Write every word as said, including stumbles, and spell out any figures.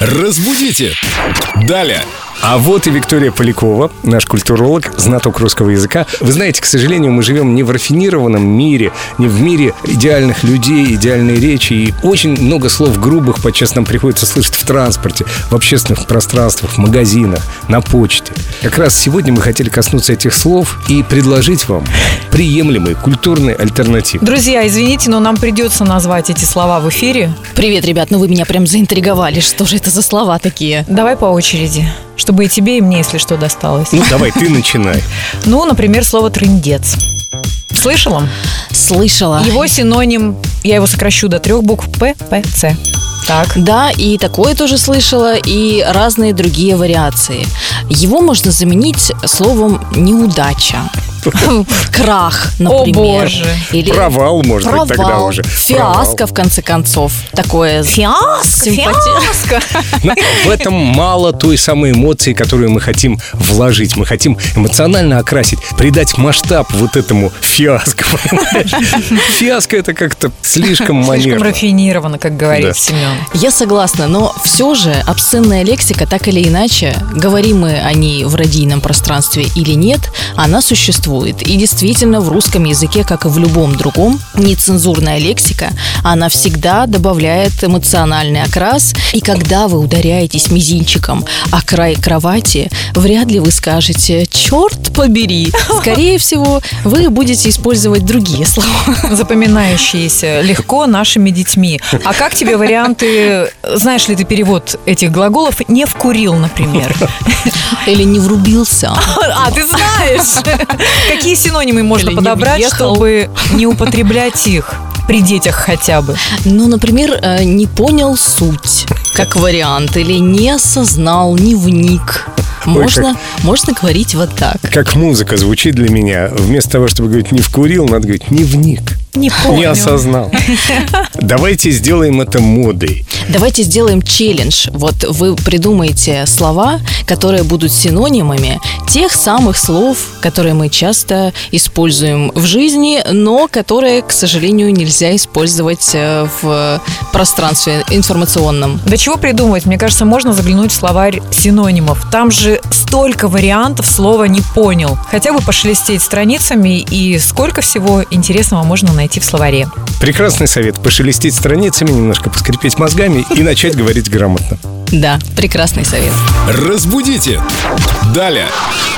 Разбудите! Далее! А вот и Виктория Полякова, наш культуролог, знаток русского языка. Вы знаете, к сожалению, мы живем не в рафинированном мире, не в мире идеальных людей, идеальной речи. И очень много слов грубых подчас нам приходится слышать в транспорте, в общественных пространствах, в магазинах, на почте. Как раз сегодня мы хотели коснуться этих слов и предложить вам приемлемые культурные альтернативы. Друзья, извините, но нам придется назвать эти слова в эфире. Привет, ребят, ну вы меня прям заинтриговали. Что же это за слова такие? Давай по очереди, чтобы и тебе, и мне, если что, досталось. Ну, давай, ты начинай. Ну, например, слово «трындец». Слышала? Слышала. Его синоним, я его сокращу до трех букв, П П Ц. Так. Да, и такое тоже слышала, и разные другие вариации. Его можно заменить словом «неудача». Крах, например. О, боже. Или провал, может провал, быть, тогда уже. Фиаско, Провал. в конце концов. Такое Фиаско, симпати- фиаско. Но в этом мало той самой эмоции, которую мы хотим вложить. Мы хотим эмоционально окрасить, придать масштаб вот этому фиаско. Понимаешь? Фиаско — это как-то слишком Слишком манерно. рафинировано, как говорит Да. Семен. Я согласна, но все же обсценная лексика, так или иначе, говорим мы о ней в радийном пространстве или нет, она существует. И действительно, в русском языке, как и в любом другом, нецензурная лексика, она всегда добавляет эмоциональный окрас. И когда вы ударяетесь мизинчиком о край кровати, вряд ли вы скажете «черт побери». Скорее всего, вы будете использовать другие слова. Запоминающиеся легко нашими детьми. А как тебе варианты, знаешь ли ты перевод этих глаголов «не вкурил», например? Или «не врубился». А, ты знаешь! Какие синонимы можно Или не подобрать, въехал. чтобы не употреблять их? При детях хотя бы. Ну, например, э, не понял суть, как вариант, или не осознал, не вник. Можно, можно говорить вот так. Как музыка звучит для меня. Вместо того, чтобы говорить «не вкурил», надо говорить «не вник». Не помню. Не осознал. Давайте сделаем это модой. Давайте сделаем челлендж. Вот вы придумаете слова, которые будут синонимами тех самых слов, которые мы часто используем в жизни, но которые, к сожалению, нельзя использовать э, в пространстве информационном. До чего придумывать? Мне кажется, можно заглянуть в словарь синонимов. Там же столько вариантов слова «не понял». Хотя бы пошелестеть страницами, и сколько всего интересного можно найти в словаре. Прекрасный совет. Пошелестеть страницами, немножко поскрипеть мозгами и начать говорить грамотно. Да, прекрасный совет. Разбудите! Далее!